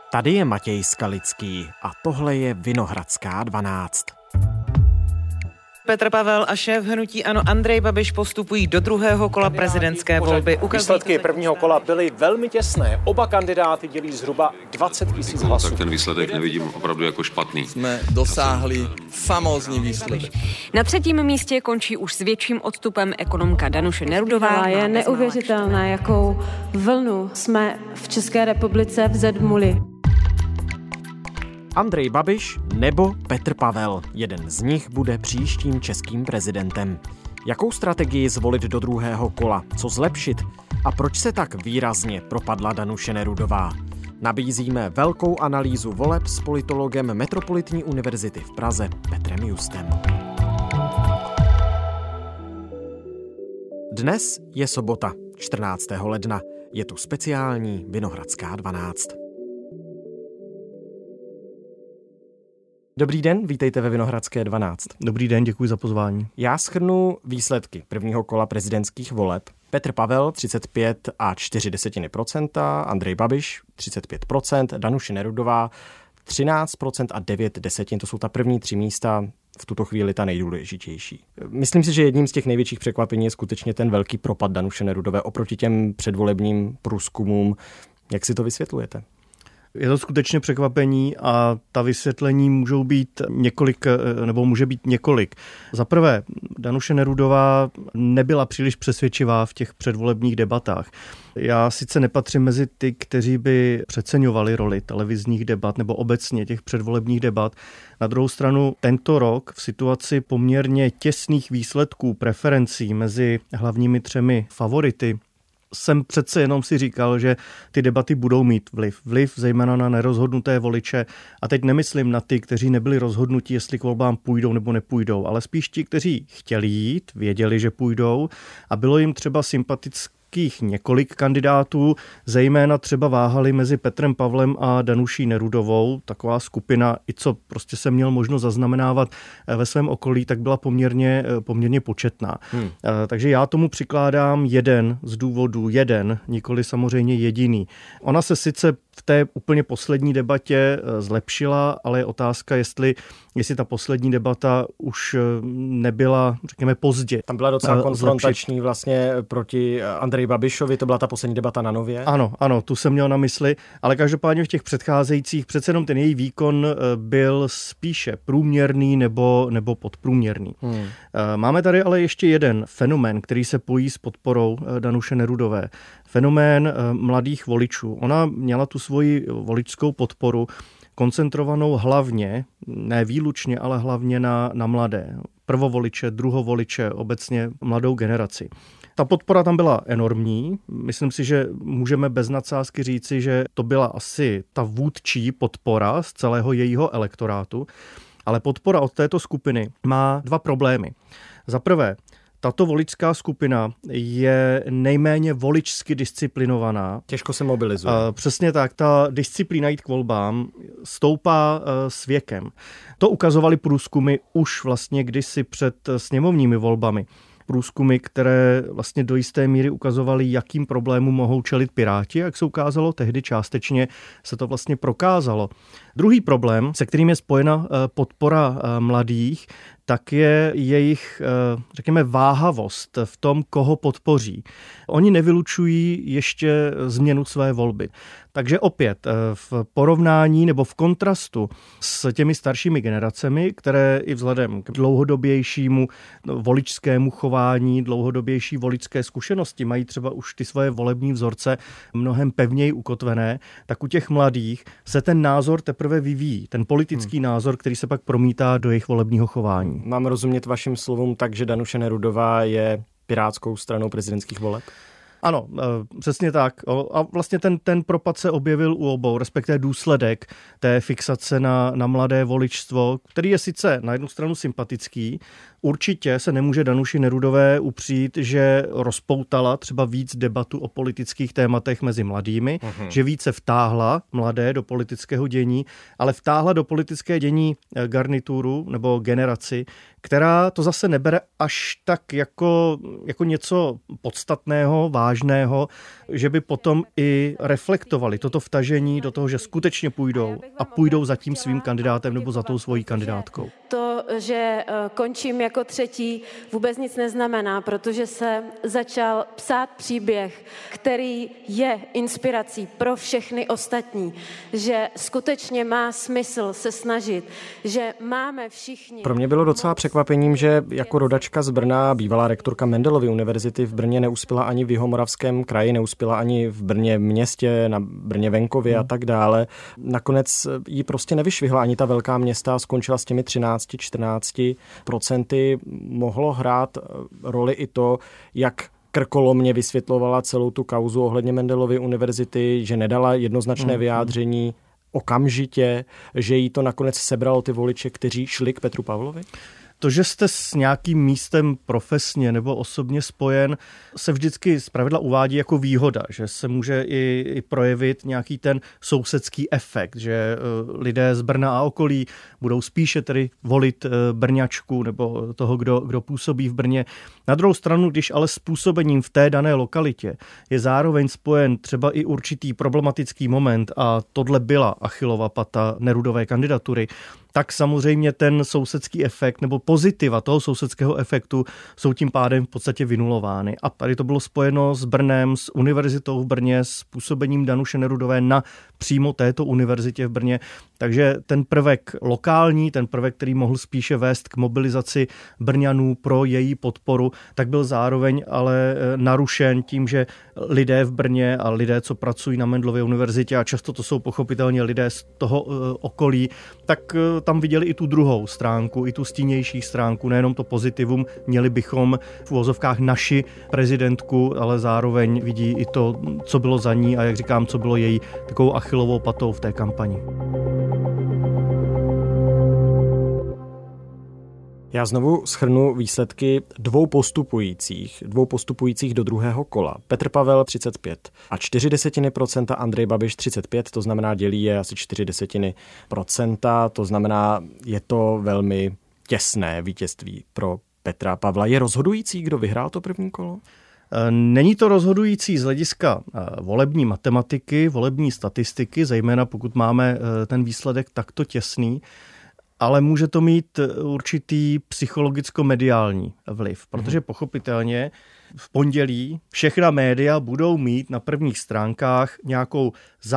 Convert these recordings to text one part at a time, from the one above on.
Tady je Matěj Skalický a tohle je Vinohradská 12. Petr Pavel a šéf hnutí ANO Andrej Babiš postupují do druhého kola prezidentské volby. Výsledky prvního kola byly velmi těsné. Oba kandidáty dělí zhruba 20 000 hlasů. Tak ten výsledek nevidím opravdu jako špatný. Jsme dosáhli famózní výsledek. Na třetím místě končí už s větším odstupem ekonomka Danuše Nerudová. Je neuvěřitelné, jakou vlnu jsme v České republice vzedmuli. Andrej Babiš nebo Petr Pavel. Jeden z nich bude příštím českým prezidentem. Jakou strategii zvolit do druhého kola? Co zlepšit? A proč se tak výrazně propadla Danuše Nerudová? Nabízíme velkou analýzu voleb s politologem Metropolitní univerzity v Praze Petrem Justem. Dnes je sobota, 14. ledna. Je tu speciální Vinohradská 12. Dobrý den, vítejte ve Vinohradské 12. Dobrý den, děkuji za pozvání. Já shrnu výsledky prvního kola prezidentských voleb. Petr Pavel 35,4%, Andrej Babiš 35%, Danuše Nerudová 13% a 9%. To jsou ta první 3 místa, v tuto chvíli ta nejdůležitější. Myslím si, že jedním z těch největších překvapení je skutečně ten velký propad Danuše Nerudové oproti těm předvolebním průzkumům. Jak si to vysvětlujete? Je to skutečně překvapení a ta vysvětlení může být několik. Za prvé, Danuše Nerudová nebyla příliš přesvědčivá v těch předvolebních debatách. Já sice nepatřím mezi ty, kteří by přeceňovali roli televizních debat nebo obecně těch předvolebních debat. Na druhou stranu tento rok v situaci poměrně těsných výsledků preferencí mezi hlavními 3 favority jsem přece jenom si říkal, že ty debaty budou mít vliv. Vliv zejména na nerozhodnuté voliče. A teď nemyslím na ty, kteří nebyli rozhodnutí, jestli k volbám půjdou nebo nepůjdou, ale spíš ti, kteří chtěli jít, věděli, že půjdou a bylo jim třeba sympatických několik kandidátů, zejména třeba váhali mezi Petrem Pavlem a Danuší Nerudovou. Taková skupina, i co prostě jsem měl možnost zaznamenávat ve svém okolí, tak byla poměrně početná. Takže já tomu přikládám jeden z důvodů, nikoli samozřejmě jediný. Ona se sice v té úplně poslední debatě zlepšila, ale je otázka, jestli ta poslední debata už nebyla, řekněme, pozdě. Tam byla docela konfrontační vlastně proti Andreji Babišovi, to byla ta poslední debata na Nově. Ano, tu jsem měl na mysli, ale každopádně v těch předcházejících přece jenom ten její výkon byl spíše průměrný nebo podprůměrný. Máme tady ale ještě jeden fenomén, který se pojí s podporou Danuše Nerudové. Fenomén mladých voličů. Ona měla tu svoji voličskou podporu koncentrovanou hlavně, ne výlučně, ale hlavně na mladé. Prvovoliče, druhovoliče, obecně mladou generaci. Ta podpora tam byla enormní. Myslím si, že můžeme bez nadsázky říci, že to byla asi ta vůdčí podpora z celého jejího elektorátu. Ale podpora od této skupiny má 2 problémy. Za prvé, tato voličská skupina je nejméně voličsky disciplinovaná. Těžko se mobilizuje. Přesně tak, ta disciplína jít k volbám stoupá s věkem. To ukazovaly průzkumy už vlastně kdysi před sněmovními volbami. Průzkumy, které vlastně do jisté míry ukazovaly, jakým problémům mohou čelit Piráti. Jak se ukázalo, tehdy částečně se to vlastně prokázalo. Druhý problém, se kterým je spojena podpora mladých, tak je jejich, řekněme, váhavost v tom, koho podpoří. Oni nevylučují ještě změnu své volby. Takže opět v porovnání nebo v kontrastu s těmi staršími generacemi, které i vzhledem k dlouhodobějšímu voličskému chování, dlouhodobější voličské zkušenosti mají třeba už ty svoje volební vzorce mnohem pevněji ukotvené, tak u těch mladých se ten názor teprve vyvíjí. Ten politický názor, který se pak promítá do jejich volebního chování. Mám rozumět vašim slovům tak, že Danuše Nerudová je pirátskou stranou prezidentských voleb? Ano, přesně tak. A vlastně ten propad se objevil u obou, respektive důsledek té fixace na mladé voličstvo, který je sice na jednu stranu sympatický, určitě se nemůže Danuši Nerudové upřít, že rozpoutala třeba víc debatu o politických tématech mezi mladými, že více vtáhla mladé do politického dění, ale vtáhla do politické dění garnituru nebo generaci, která to zase nebere až tak jako něco podstatného, vážného, že by potom i reflektovali toto vtažení do toho, že skutečně půjdou za tím svým kandidátem nebo za tou svojí kandidátkou. To, že končím jako třetí, vůbec nic neznamená, protože se začal psát příběh, který je inspirací pro všechny ostatní, že skutečně má smysl se snažit, že máme všichni... Pro mě bylo docela překvapením, že jako rodačka z Brna, bývalá rektorka Mendelovy univerzity v Brně neuspěla ani v Jihomoravském kraji, neuspěla ani v Brně městě, na Brně venkově a tak dále. Nakonec jí prostě nevyšvihla ani ta velká města, skončila s těmi 13-14%. Mohlo hrát roli i to, jak krkolomně vysvětlovala celou tu kauzu ohledně Mendelovy univerzity, že nedala jednoznačné vyjádření okamžitě, že jí to nakonec sebralo ty voliče, kteří šli k Petru Pavlovi? To, že jste s nějakým místem profesně nebo osobně spojen, se vždycky zpravidla uvádí jako výhoda, že se může i projevit nějaký ten sousedský efekt, že lidé z Brna a okolí budou spíše tedy volit Brňačku nebo toho, kdo působí v Brně. Na druhou stranu, když ale s působením v té dané lokalitě je zároveň spojen třeba i určitý problematický moment a tohle byla Achillova pata Nerudové kandidatury, tak samozřejmě ten sousedský efekt nebo pozitiva toho sousedského efektu jsou tím pádem v podstatě vynulovány. A tady to bylo spojeno s Brnem, s univerzitou v Brně, s působením Danuše Nerudové na přímo této univerzitě v Brně. Takže ten prvek lokální, ten prvek, který mohl spíše vést k mobilizaci Brňanů pro její podporu, tak byl zároveň ale narušen tím, že lidé v Brně a lidé, co pracují na Mendelově univerzitě, a často to jsou pochopitelně lidé z toho okolí, tak tam viděli i tu druhou stránku, i tu stínější stránku, nejenom to pozitivum, měli bychom v uvozovkách naši prezidentku, ale zároveň vidí i to, co bylo za ní a jak říkám, co bylo její takovou Achillovou patou v té kampani. Já znovu shrnu výsledky dvou postupujících do druhého kola. Petr Pavel 35 a 0,4%, Andrej Babiš 35, to znamená dělí je asi 0,4%, to znamená je to velmi těsné vítězství pro Petra Pavla. Je rozhodující, kdo vyhrál to první kolo? Není to rozhodující z hlediska volební matematiky, volební statistiky, zejména pokud máme ten výsledek takto těsný, ale může to mít určitý psychologicko-mediální vliv, protože pochopitelně v pondělí všechna média budou mít na prvních stránkách nějakou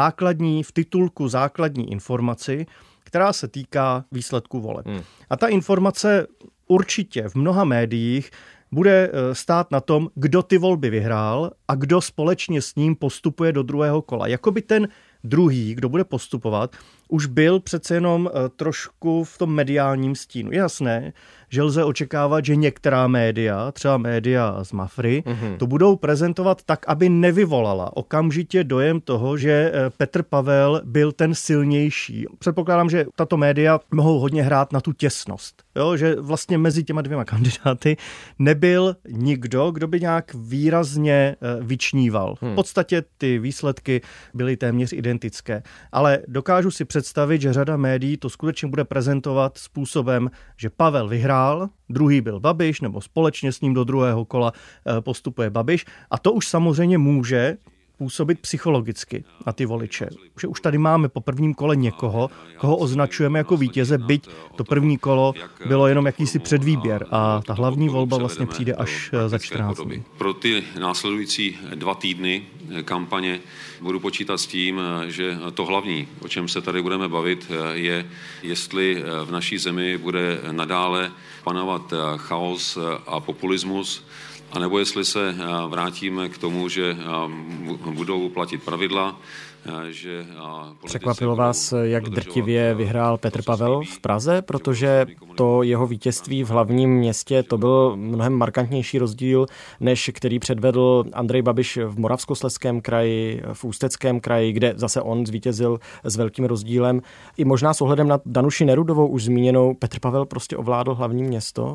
v titulku základní informaci, která se týká výsledku voleb. A ta informace určitě v mnoha médiích bude stát na tom, kdo ty volby vyhrál a kdo společně s ním postupuje do druhého kola. Jakoby ten druhý, kdo bude postupovat, už byl přece jenom trošku v tom mediálním stínu. Je jasné, že lze očekávat, že některá média, třeba média z Mafry, to budou prezentovat tak, aby nevyvolala okamžitě dojem toho, že Petr Pavel byl ten silnější. Předpokládám, že tato média mohou hodně hrát na tu těsnost. Jo? Že vlastně mezi těma dvěma kandidáty nebyl nikdo, kdo by nějak výrazně vyčníval. V podstatě ty výsledky byly téměř identické. Ale dokážu si představit, že řada médií to skutečně bude prezentovat způsobem, že Pavel vyhrál, druhý byl Babiš, nebo společně s ním do druhého kola postupuje Babiš. A to už samozřejmě může působit psychologicky na ty voliče. Že už tady máme po prvním kole někoho, koho označujeme jako vítěze, byť to první kolo bylo jenom jakýsi předvýběr a ta hlavní volba vlastně přijde až za 14 dní. Pro ty následující 2 týdny kampaně budu počítat s tím, že to hlavní, o čem se tady budeme bavit, je, jestli v naší zemi bude nadále panovat chaos a populismus, a nebo jestli se vrátíme k tomu, že budou platit pravidla, že... Překvapilo vás, jak drtivě vyhrál Petr Pavel v Praze, protože to jeho vítězství v hlavním městě, to byl mnohem markantnější rozdíl, než který předvedl Andrej Babiš v Moravskoslezském kraji, v Ústeckém kraji, kde zase on zvítězil s velkým rozdílem. I možná s ohledem na Danuši Nerudovou už zmíněnou, Petr Pavel prostě ovládl hlavní město.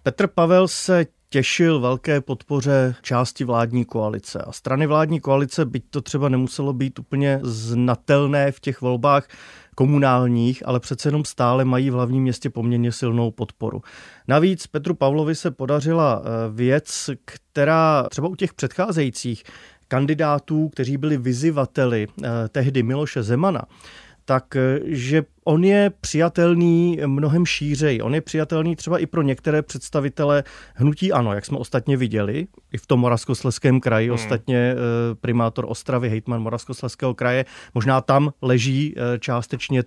Petr Pavel se těšil velké podpoře části vládní koalice. A strany vládní koalice, byť to třeba nemuselo být úplně znatelné v těch volbách komunálních, ale přece jenom stále mají v hlavním městě poměrně silnou podporu. Navíc Petru Pavlovi se podařila věc, která třeba u těch předcházejících kandidátů, kteří byli vyzývateli tehdy Miloše Zemana, takže on je přijatelný mnohem šířej. On je přijatelný třeba i pro některé představitele hnutí ANO, jak jsme ostatně viděli, i v tom Moravskoslezském kraji, ostatně primátor Ostravy, hejtman Moravskoslezského kraje. Možná tam leží částečně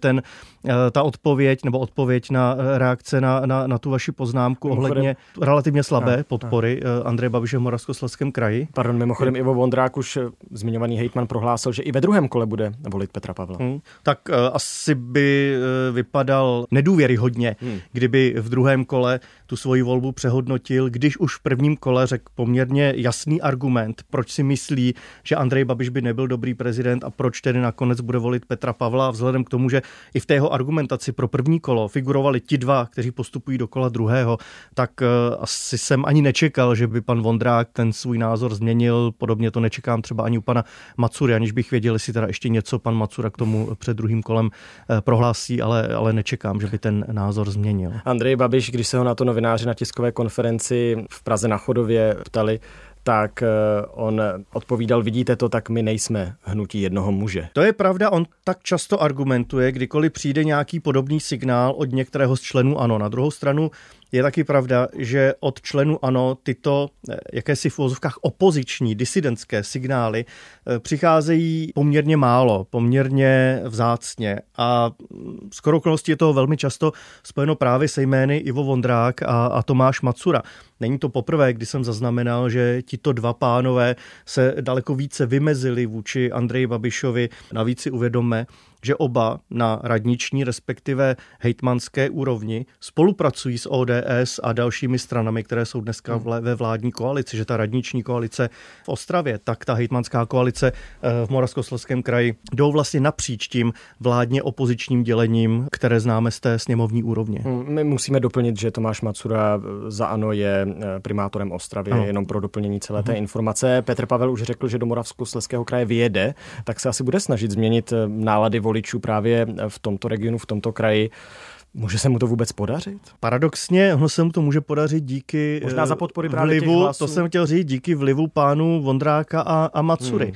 ta odpověď nebo odpověď na reakce na tu vaši poznámku ohledně relativně slabé podpory Andreje Babiše v Moravskoslezském kraji. Pardon, mimochodem Ivo Vondrák už zmiňovaný hejtman prohlásil, že i ve druhém kole bude volit Petra Pavla. Tak asi by vypadal nedůvěryhodně, kdyby v druhém kole tu svoji volbu přehodnotil, když už v prvním kole řekl poměrně jasný argument, proč si myslí, že Andrej Babiš by nebyl dobrý prezident a proč tedy nakonec bude volit Petra Pavla. Vzhledem k tomu, že i v té jeho argumentaci pro první kolo figurovali ti dva, kteří postupují do kola druhého, tak asi jsem ani nečekal, že by pan Vondrák ten svůj názor změnil. Podobně to nečekám třeba ani u pana Matsury, aniž bych věděl, jestli teda ještě něco pan Matsura k tomu před druhým kolem prohlásí, ale nečekám, že by ten názor změnil. Andrej Babiš, když se ho na to novináři na tiskové konferenci v Praze na Chodově ptali, tak on odpovídal, vidíte to, tak my nejsme hnutí jednoho muže. To je pravda, on tak často argumentuje, kdykoliv přijde nějaký podobný signál od některého z členů ANO. Na druhou stranu je taky pravda, že od členů ANO tyto jakési v uvozovkách opoziční, disidentské signály přicházejí poměrně málo, poměrně vzácně a skoro okolností je to velmi často spojeno právě se jmény Ivo Vondrák a Tomáš Matsura. Není to poprvé, kdy jsem zaznamenal, že tito dva pánové se daleko více vymezili vůči Andreji Babišovi. Navíc si uvědomme, že oba na radniční, respektive hejtmanské úrovni spolupracují s ODS a dalšími stranami, které jsou dneska ve vládní koalici, že ta radniční koalice v Ostravě, tak ta hejtmanská koalice v Moravskoslezském kraji jdou vlastně napříč tím vládně opozičním dělením, které známe z té sněmovní úrovně. My musíme doplnit, že Tomáš Matsura za ANO je primátorem Ostravy, jenom pro doplnění celé té informace. Petr Pavel už řekl, že do Moravskoslezského kraje vyjede, tak se asi bude snažit změnit nálady voličů právě v tomto regionu, v tomto kraji. Může se mu to vůbec podařit? Paradoxně, ono se mu to může podařit díky možná za podpory právě vlivu, těch hlasů. To jsem chtěl říct, díky vlivu pánů Vondráka a Matsury.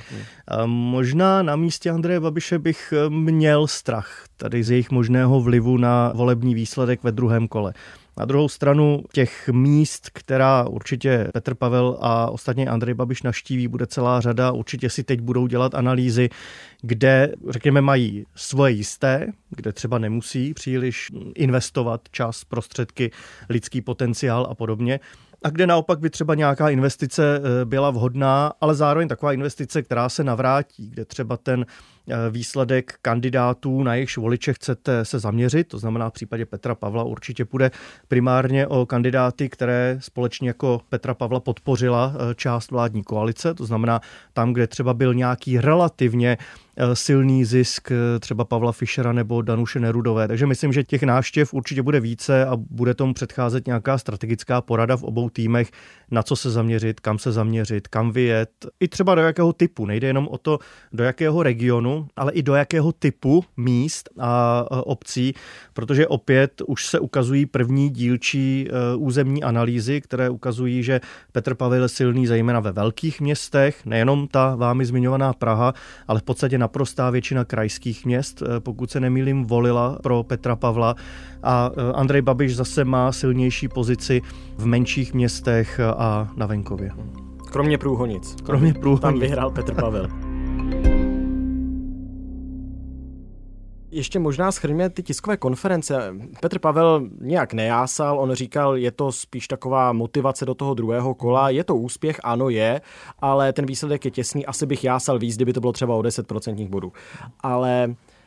Možná na místě Andreje Babiše bych měl strach tady z jejich možného vlivu na volební výsledek ve druhém kole. Na druhou stranu těch míst, která určitě Petr Pavel a ostatně Andrej Babiš navštíví, bude celá řada. Určitě si teď budou dělat analýzy, kde, řekněme, mají svoje jisté, kde třeba nemusí příliš investovat čas, prostředky, lidský potenciál a podobně. A kde naopak by třeba nějaká investice byla vhodná, ale zároveň taková investice, která se navrátí, kde třeba ten výsledek kandidátů, na jejichž voliče chcete se zaměřit, to znamená v případě Petra Pavla určitě půjde primárně o kandidáty, které společně jako Petra Pavla podpořila část vládní koalice, to znamená tam, kde třeba byl nějaký relativně silný zisk třeba Pavla Fischera nebo Danuše Nerudové. Takže myslím, že těch návštěv určitě bude více a bude tomu předcházet nějaká strategická porada v obou týmech, na co se zaměřit, kam vyjet, i třeba do jakého typu. Nejde jenom o to, do jakého regionu, ale i do jakého typu míst a obcí, protože opět už se ukazují první dílčí územní analýzy, které ukazují, že Petr Pavel je silný zejména ve velkých městech, nejenom ta vámi zmiňovaná Praha, ale v podstatě naprostá většina krajských měst, pokud se nemýlím, volila pro Petra Pavla a Andrej Babiš zase má silnější pozici v menších městech a na venkově. Kromě Průhonic. Tam vyhrál Petr Pavel. Ještě možná shrňme ty tiskové konference. Petr Pavel nějak nejásal, on říkal, je to spíš taková motivace do toho druhého kola, je to úspěch, ano je, ale ten výsledek je těsný, asi bych jásal víc, kdyby to bylo třeba o 10% bodů. Ale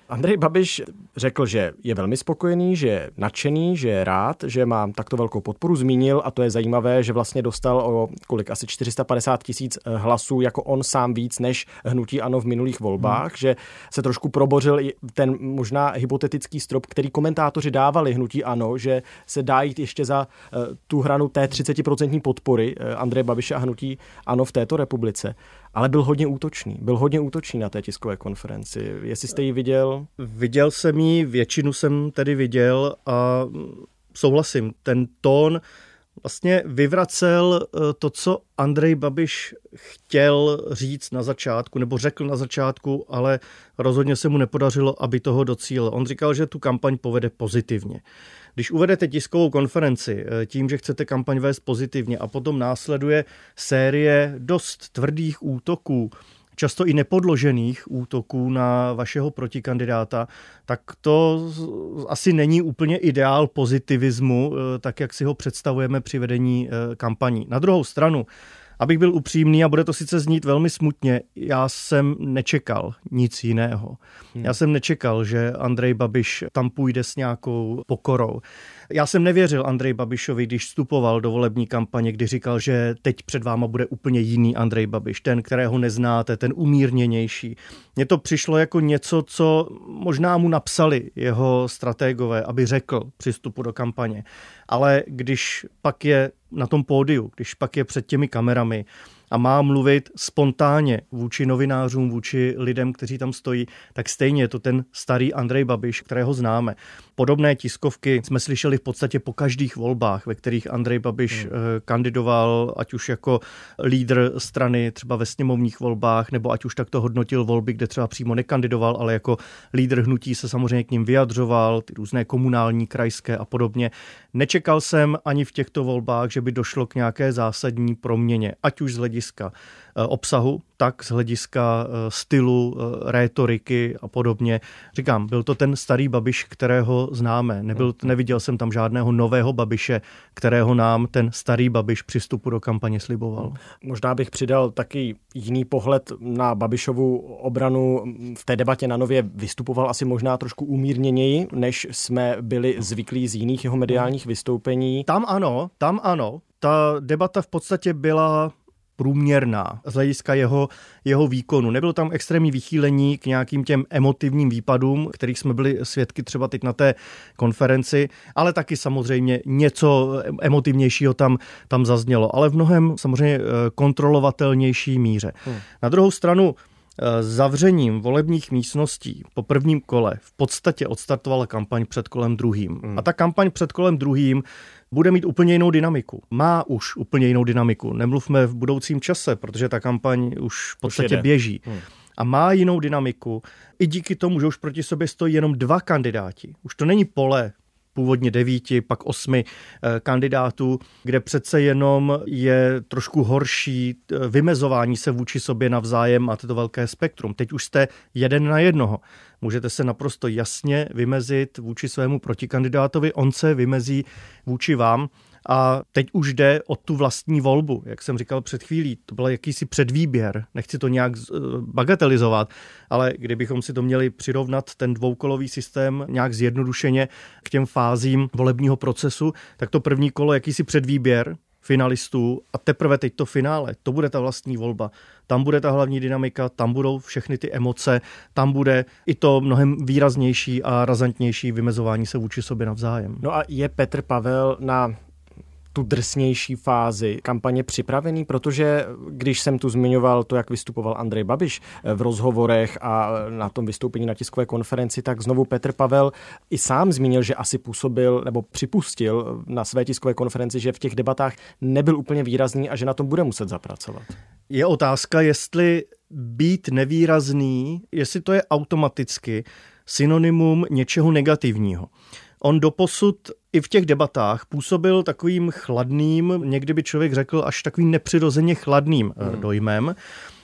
Andrej Babiš řekl, že je velmi spokojený, že je nadšený, že je rád, že má takto velkou podporu. Zmínil, a to je zajímavé, že vlastně dostal o asi 450 000 hlasů jako on sám víc než hnutí ANO v minulých volbách, že se trošku probořil ten možná hypotetický strop, který komentátoři dávali hnutí ANO, že se dá jít ještě za tu hranu té 30% podpory Andreje Babiše a hnutí ANO v této republice. Ale byl hodně útočný na té tiskové konferenci. Jestli jste ji viděl? Viděl jsem ji, většinu jsem tedy viděl a souhlasím. Ten tón vlastně vyvracel to, co Andrej Babiš chtěl říct na začátku, nebo řekl na začátku, ale rozhodně se mu nepodařilo, aby toho docílil. On říkal, že tu kampaň povede pozitivně. Když uvedete tiskovou konferenci tím, že chcete kampaň vést pozitivně a potom následuje série dost tvrdých útoků, často i nepodložených útoků na vašeho protikandidáta, tak to asi není úplně ideál pozitivismu, tak jak si ho představujeme při vedení kampaní. Na druhou stranu, abych byl upřímný, a bude to sice znít velmi smutně, já jsem nečekal nic jiného. Já jsem nečekal, že Andrej Babiš tam půjde s nějakou pokorou. Já jsem nevěřil Andreji Babišovi, když vstupoval do volební kampaně, kdy říkal, že teď před váma bude úplně jiný Andrej Babiš, ten, kterého neznáte, ten umírněnější. Mně to přišlo jako něco, co možná mu napsali jeho strategové, aby řekl při vstupu do kampaně. Ale když pak je na tom pódiu, když pak je před těmi kamerami a má mluvit spontánně vůči novinářům, vůči lidem, kteří tam stojí, tak stejně je to ten starý Andrej Babiš, kterého známe. Podobné tiskovky jsme slyšeli v podstatě po každých volbách, ve kterých Andrej Babiš kandidoval, ať už jako lídr strany třeba ve sněmovních volbách, nebo ať už takto hodnotil volby, kde třeba přímo nekandidoval, ale jako lídr hnutí se samozřejmě k ním vyjadřoval, ty různé komunální, krajské a podobně. Nečekal jsem ani v těchto volbách, že by došlo k nějaké zásadní proměně, ať už z hlediska obsahu, tak z hlediska stylu, rétoriky a podobně. Říkám, byl to ten starý Babiš, kterého známe. Neviděl jsem tam žádného nového Babiše, kterého nám ten starý Babiš při vstupu do kampaně sliboval. Možná bych přidal taky jiný pohled na Babišovu obranu. V té debatě na Nově vystupoval asi možná trošku umírněněji, než jsme byli zvyklí z jiných jeho mediálních vystoupení. Tam ano. Ta debata v podstatě byla průměrná z hlediska jeho výkonu. Nebylo tam extrémní vychýlení k nějakým těm emotivním výpadům, kterých jsme byli svědky třeba teď na té konferenci, ale taky samozřejmě něco emotivnějšího tam zaznělo, ale v mnohem samozřejmě kontrolovatelnější míře. Na druhou stranu zavřením volebních místností po prvním kole v podstatě odstartovala kampaň před kolem druhým. A ta kampaň před kolem druhým bude mít úplně jinou dynamiku. Má už úplně jinou dynamiku. Nemluvme v budoucím čase, protože ta kampaň už v podstatě běží. A má jinou dynamiku. I díky tomu, že už proti sobě stojí jenom 2 kandidáti. Už to není pole původně 9, pak 8 kandidátů, kde přece jenom je trošku horší vymezování se vůči sobě navzájem a to velké spektrum. Teď už jste 1 na 1. Můžete se naprosto jasně vymezit vůči svému protikandidátovi, on se vymezí vůči vám. A teď už jde o tu vlastní volbu, jak jsem říkal před chvílí. To byl jakýsi předvýběr, nechci to nějak bagatelizovat, ale kdybychom si to měli přirovnat, ten dvoukolový systém nějak zjednodušeně k těm fázím volebního procesu, tak to první kolo jakýsi předvýběr finalistů a teprve teď to finále, to bude ta vlastní volba. Tam bude ta hlavní dynamika, tam budou všechny ty emoce, tam bude i to mnohem výraznější a razantnější vymezování se vůči sobě navzájem. No a je Petr Pavel na tu drsnější fázi kampaně připravený, protože když jsem tu zmiňoval to, jak vystupoval Andrej Babiš v rozhovorech a na tom vystoupení na tiskové konferenci, tak znovu Petr Pavel i sám zmínil, že asi působil nebo připustil na své tiskové konferenci, že v těch debatách nebyl úplně výrazný a že na tom bude muset zapracovat. Je otázka, jestli být nevýrazný, jestli to je automaticky synonymum něčeho negativního. On doposud i v těch debatách působil takovým chladným, někdy by člověk řekl až takovým nepřirozeně chladným dojmem.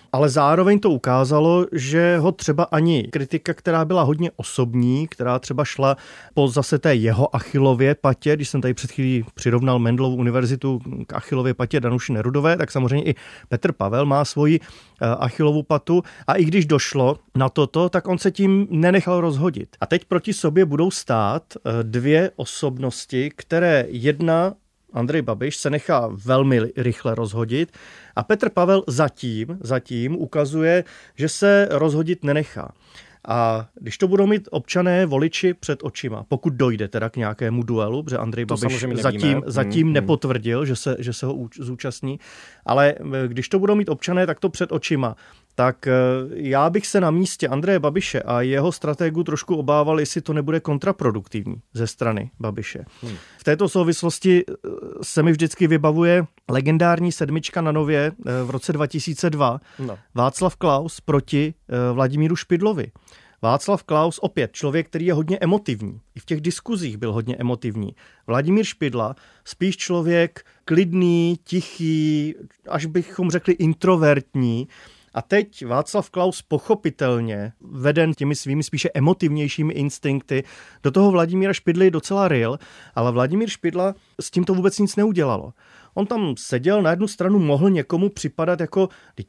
ale zároveň to ukázalo, že ho třeba ani kritika, která byla hodně osobní, která třeba šla po zase té jeho Achillově patě, když jsem tady před chvílí přirovnal Mendelovu univerzitu k Achillově patě Danuši Nerudové, tak samozřejmě i Petr Pavel má svoji Achillovu patu a i když došlo na toto, tak on se tím nenechal rozhodit. A teď proti sobě budou stát dvě osobnosti, které jedna, Andrej Babiš, se nechá velmi rychle rozhodit a Petr Pavel zatím ukazuje, že se rozhodit nenechá. A když to budou mít občané, voliči před očima, pokud dojde teda k nějakému duelu, protože Andrej Babiš zatím nepotvrdil, že se ho zúčastní, ale když to budou mít občané takto před očima, tak já bych se na místě Andreje Babiše a jeho strategů trošku obával, jestli to nebude kontraproduktivní ze strany Babiše. V této souvislosti se mi vždycky vybavuje legendární sedmička na Nově v roce 2002. Václav Klaus proti Vladimíru Špidlovi. Václav Klaus opět člověk, který je hodně emotivní. I v těch diskuzích byl hodně emotivní. Vladimír Špidla spíš člověk klidný, tichý, až bychom řekli introvertní. A teď Václav Klaus pochopitelně, veden těmi svými spíše emotivnějšími instinkty, do toho Vladimíra Špidly docela ryl, ale Vladimír Špidla s tím to vůbec nic neudělalo. On tam seděl, na jednu stranu mohl někomu připadat jako,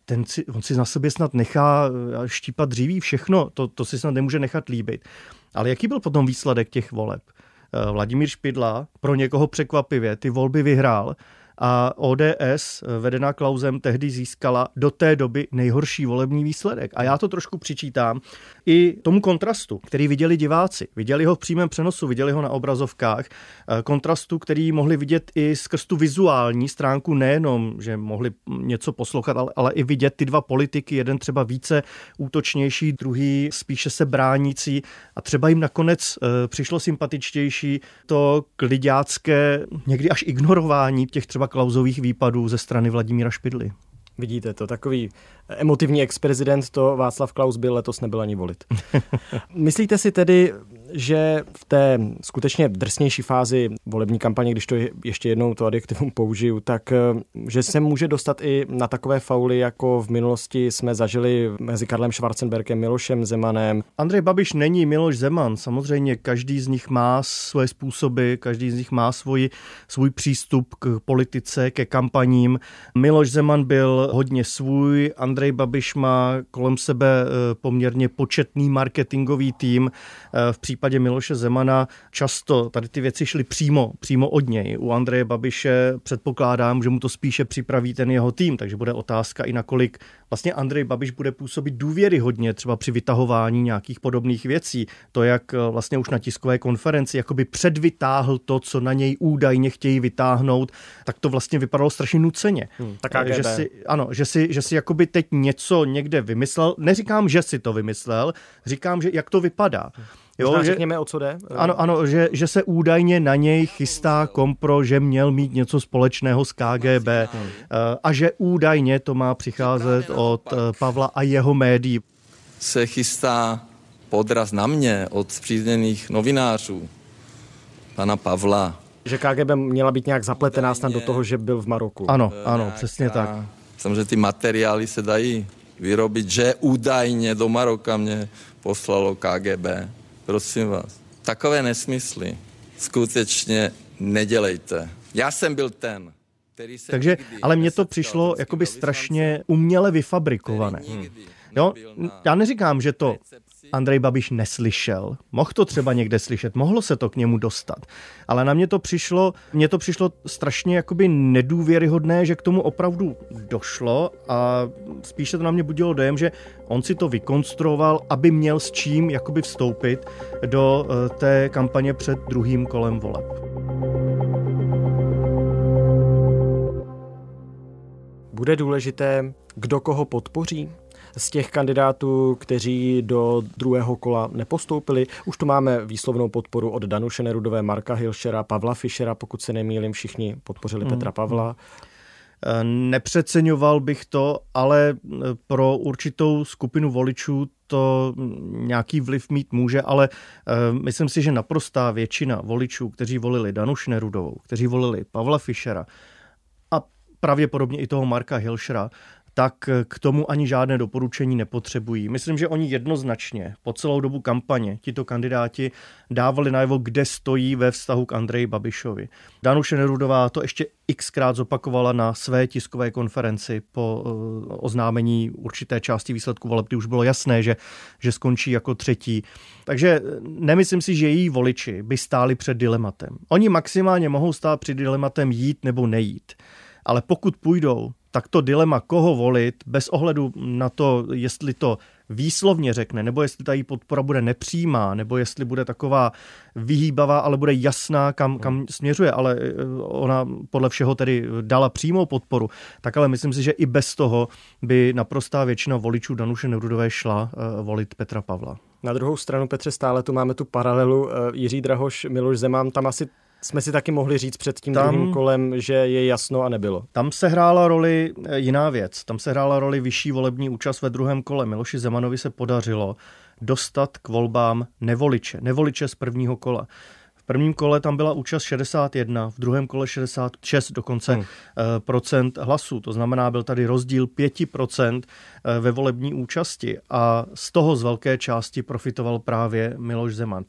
on si na sobě snad nechá štípat dříví, všechno, to si snad nemůže nechat líbit. Ale jaký byl potom výsledek těch voleb? Vladimír Špidla pro někoho překvapivě ty volby vyhrál a ODS, vedená Klausem, tehdy získala do té doby nejhorší volební výsledek. A já to trošku přičítám i tomu kontrastu, který viděli diváci. Viděli ho v přímém přenosu, viděli ho na obrazovkách. Kontrastu, který mohli vidět i skrz tu vizuální stránku, nejenom, že mohli něco poslouchat, ale i vidět ty dva politiky, jeden třeba více útočnější, druhý spíše se bránící a třeba jim nakonec přišlo sympatičtější to kliďácké, někdy až ignorování těch třeba Klausových výpadů ze strany Vladimíra Špidly. Vidíte to, takový emotivní ex-prezident, to Václav Klaus byl, letos nebyl ani volit. Myslíte si tedy, že v té skutečně drsnější fázi volební kampaně, když to ještě jednou to adjektivum použiju, tak že se může dostat i na takové fauly, jako v minulosti jsme zažili mezi Karlem Schwarzenbergem, Milošem Zemanem? Andrej Babiš není Miloš Zeman. Samozřejmě každý z nich má svoje způsoby, každý z nich má svůj přístup k politice, ke kampaním. Miloš Zeman byl hodně svůj, Andrej Babiš má kolem sebe poměrně početný marketingový tým. V případě Miloše Zemana často tady ty věci šly přímo od něj. U Andreje Babiše předpokládám, že mu to spíše připraví ten jeho tým, takže bude otázka i nakolik vlastně Andrej Babiš bude působit důvěryhodně třeba při vytahování nějakých podobných věcí. To, jak vlastně už na tiskové konferenci jakoby předvytáhl to, co na něj údajně chtějí vytáhnout, tak to vlastně vypadalo strašně nuceně. Že si jakoby teď něco někde vymyslel. Neříkám, že si to vymyslel, říkám, že jak to vypadá. Možná řekněme, o co jde? Ano, že se údajně na něj chystá kompro, že měl mít něco společného s KGB a že údajně to má přicházet od Pavla a jeho médií. Se chystá podraz na mě od spřízněných novinářů, pana Pavla. Že KGB měla být nějak zapletená snad do toho, že byl v Maroku. Ano, přesně tak. Samozřejmě ty materiály se dají vyrobit, že údajně do Maroka mě poslalo KGB. Prosím vás, takové nesmysly skutečně nedělejte. Já jsem byl ten, který se... Takže, ale mně to přišlo jakoby strašně uměle vyfabrikované. Jo, já neříkám, že to Andrej Babiš neslyšel. Mohl to třeba někde slyšet, mohlo se to k němu dostat. Ale na mně to přišlo strašně jakoby nedůvěryhodné, že k tomu opravdu došlo a spíše to na mě budilo dojem, že on si to vykonstruoval, aby měl s čím jakoby vstoupit do té kampaně před druhým kolem voleb. Bude důležité, kdo koho podpoří? Z těch kandidátů, kteří do druhého kola nepostoupili. Už tu máme výslovnou podporu od Danuše Nerudové, Marka Hilšera, Pavla Fischera, pokud se nemýlím, všichni podpořili Petra Pavla. Nepřeceňoval bych to, ale pro určitou skupinu voličů to nějaký vliv mít může, ale myslím si, že naprostá většina voličů, kteří volili Danuši Nerudovou, kteří volili Pavla Fischera a pravděpodobně i toho Marka Hilšera, tak k tomu ani žádné doporučení nepotřebují. Myslím, že oni jednoznačně po celou dobu kampaně tito kandidáti dávali najevo, kde stojí ve vztahu k Andreji Babišovi. Danuše Nerudová to ještě xkrát zopakovala na své tiskové konferenci po oznámení určité části výsledku voleb, kdy už bylo jasné, že skončí jako třetí. Takže nemyslím si, že její voliči by stáli před dilematem. Oni maximálně mohou stát před dilematem jít nebo nejít. Ale pokud půjdou, tak to dilema, koho volit, bez ohledu na to, jestli to výslovně řekne, nebo jestli ta její podpora bude nepřímá, nebo jestli bude taková vyhýbavá, ale bude jasná, kam směřuje, ale ona podle všeho tedy dala přímou podporu, tak ale myslím si, že i bez toho by naprostá většina voličů Danuše Nerudové šla volit Petra Pavla. Na druhou stranu, Petře, stále tu máme tu paralelu Jiří Drahoš, Miloš Zeman, tam asi jsme si taky mohli říct před tím druhým kolem, že je jasno a nebylo. Tam se hrála roli jiná věc. Tam se hrála roli vyšší volební účast ve druhém kole. Miloši Zemanovi se podařilo dostat k volbám nevoliče z prvního kola. V prvním kole tam byla účast 61, v druhém kole 66 dokonce procent hlasů. To znamená, byl tady rozdíl 5% ve volební účasti a z toho z velké části profitoval právě Miloš Zeman.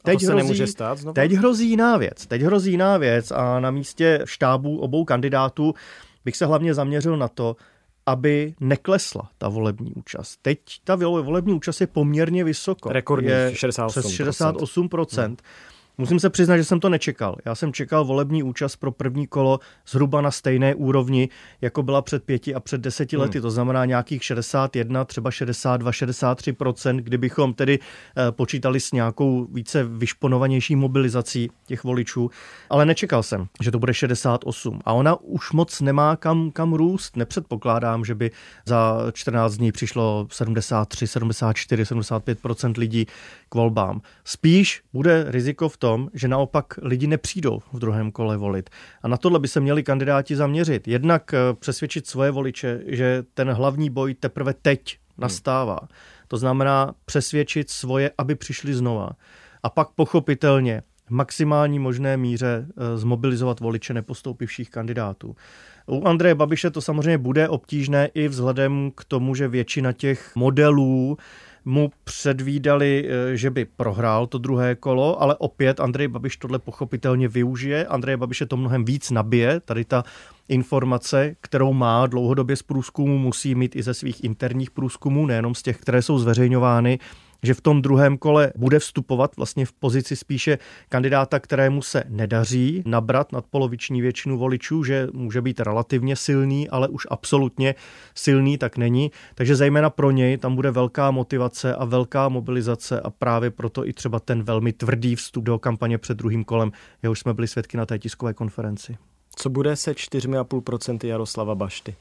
Teď hrozí jiná věc a na místě štábů obou kandidátů bych se hlavně zaměřil na to, aby neklesla ta volební účast. Teď ta volební účast je poměrně vysoko. Rekordní, je 68%. Přes 68%. Musím se přiznat, že jsem to nečekal. Já jsem čekal volební účast pro první kolo zhruba na stejné úrovni, jako byla před 5 a před 10 lety. To znamená nějakých 61, třeba 62, 63%, kdybychom tedy počítali s nějakou více vyšponovanější mobilizací těch voličů. Ale nečekal jsem, že to bude 68. A ona už moc nemá kam růst. Nepředpokládám, že by za 14 dní přišlo 73, 74, 75% lidí k volbám. Spíš bude riziko v tom, že naopak lidi nepřijdou v druhém kole volit. A na tohle by se měli kandidáti zaměřit. Jednak přesvědčit svoje voliče, že ten hlavní boj teprve teď nastává. To znamená přesvědčit svoje, aby přišli znova. A pak pochopitelně v maximální možné míře zmobilizovat voliče nepostoupivších kandidátů. U Andreje Babiše to samozřejmě bude obtížné i vzhledem k tomu, že většina těch modelů mu předvídali, že by prohrál to druhé kolo, ale opět Andrej Babiš tohle pochopitelně využije. Andrej Babiše to mnohem víc nabije. Tady ta informace, kterou má dlouhodobě z průzkumu, musí mít i ze svých interních průzkumů, nejenom z těch, které jsou zveřejňovány, že v tom druhém kole bude vstupovat vlastně v pozici spíše kandidáta, kterému se nedaří nabrat nadpoloviční většinu voličů, že může být relativně silný, ale už absolutně silný tak není. Takže zejména pro něj tam bude velká motivace a velká mobilizace a právě proto i třeba ten velmi tvrdý vstup do kampaně před druhým kolem, jehož jsme byli svědky na té tiskové konferenci. Co bude se 4,5% Jaroslava Bašty?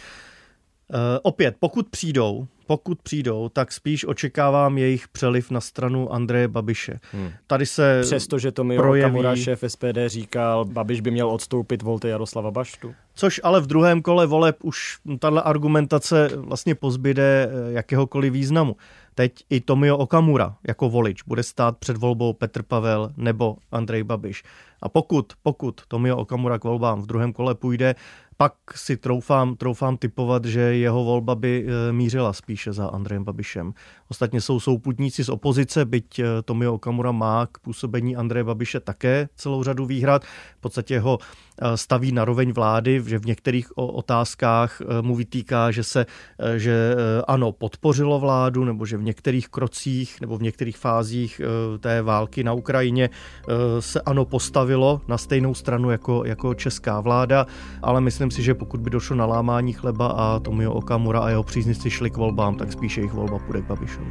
Opět, pokud přijdou, tak spíš očekávám jejich přeliv na stranu Andreje Babiše. Tady se přestože Tomio Okamura, šéf SPD, říkal, Babiš by měl odstoupit, volte Jaroslava Baštu. Což ale v druhém kole voleb už tato argumentace vlastně pozbyde jakéhokoliv významu. Teď i Tomio Okamura jako volič bude stát před volbou Petr Pavel nebo Andrej Babiš. A pokud Tomio Okamura k volbám v druhém kole půjde, pak si troufám tipovat, že jeho volba by mířila spíše za Andrejem Babišem. Ostatně jsou souputníci z opozice, byť Tomio Okamura má k působení Andreje Babiše také celou řadu výhrad. V podstatě ho staví na roveň vlády, že v některých otázkách mu vytýká, že ano, podpořilo vládu, nebo že v některých krocích nebo v některých fázích té války na Ukrajině se ano postavilo na stejnou stranu jako česká vláda, ale myslím si, že pokud by došlo na lámání chleba a Tomio Okamura a jeho příznivci šli k volbám, tak spíše jejich volba půjde k Babišovi.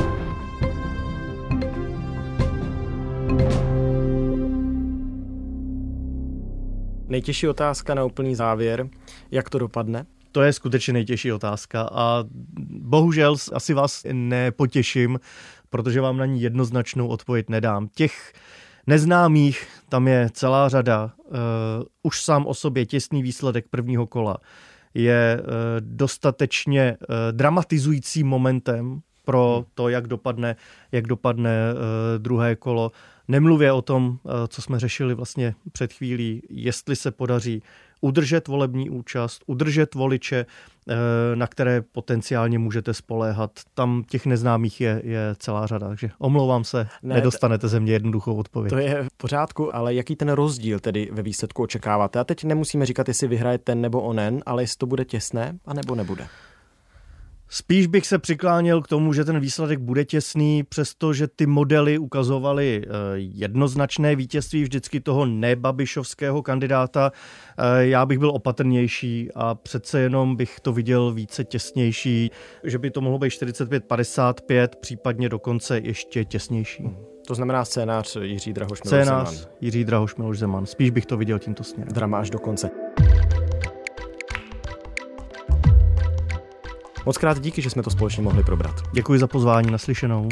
Nejtěžší otázka na úplný závěr. Jak to dopadne? To je skutečně nejtěžší otázka a bohužel asi vás nepotěším, protože vám na ní jednoznačnou odpověď nedám. Těch neznámých tam je celá řada. Už sám o sobě těsný výsledek prvního kola je dostatečně dramatizujícím momentem pro to, jak dopadne druhé kolo. Nemluvě o tom, co jsme řešili vlastně před chvílí, jestli se podaří udržet volební účast, udržet voliče, na které potenciálně můžete spoléhat. Tam těch neznámých je celá řada, takže omlouvám se, nedostanete ze mě jednoduchou odpověď. To je v pořádku, ale jaký ten rozdíl tedy ve výsledku očekáváte? A teď nemusíme říkat, jestli vyhraje ten nebo onen, ale jestli to bude těsné, anebo nebude. Spíš bych se přikláněl k tomu, že ten výsledek bude těsný, přestože ty modely ukazovaly jednoznačné vítězství vždycky toho nebabišovského kandidáta. Já bych byl opatrnější a přece jenom bych to viděl více těsnější, že by to mohlo být 45-55, případně dokonce ještě těsnější. To znamená scénář Jiří Drahoš Miloš Zeman. Scénář Jiří Drahoš Miloš Zeman. Spíš bych to viděl tímto směrem. Drama až do konce. Moc krát díky, že jsme to společně mohli probrat. Děkuji za pozvání, naslyšenou.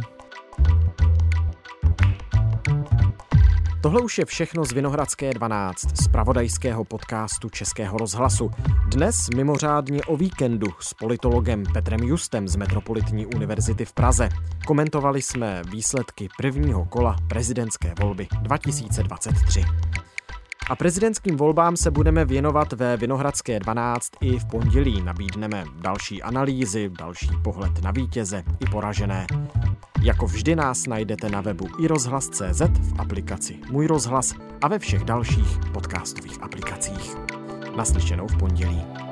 Tohle už je všechno z Vinohradské 12, z pravodajského podcastu Českého rozhlasu. Dnes mimořádně o víkendu s politologem Petrem Justem z Metropolitní univerzity v Praze. Komentovali jsme výsledky prvního kola prezidentské volby 2023. A prezidentským volbám se budeme věnovat ve Vinohradské 12 i v pondělí. Nabídneme další analýzy, další pohled na vítěze i poražené. Jako vždy nás najdete na webu iRozhlas.cz, v aplikaci Můj rozhlas a ve všech dalších podcastových aplikacích. Naslyšenou v pondělí.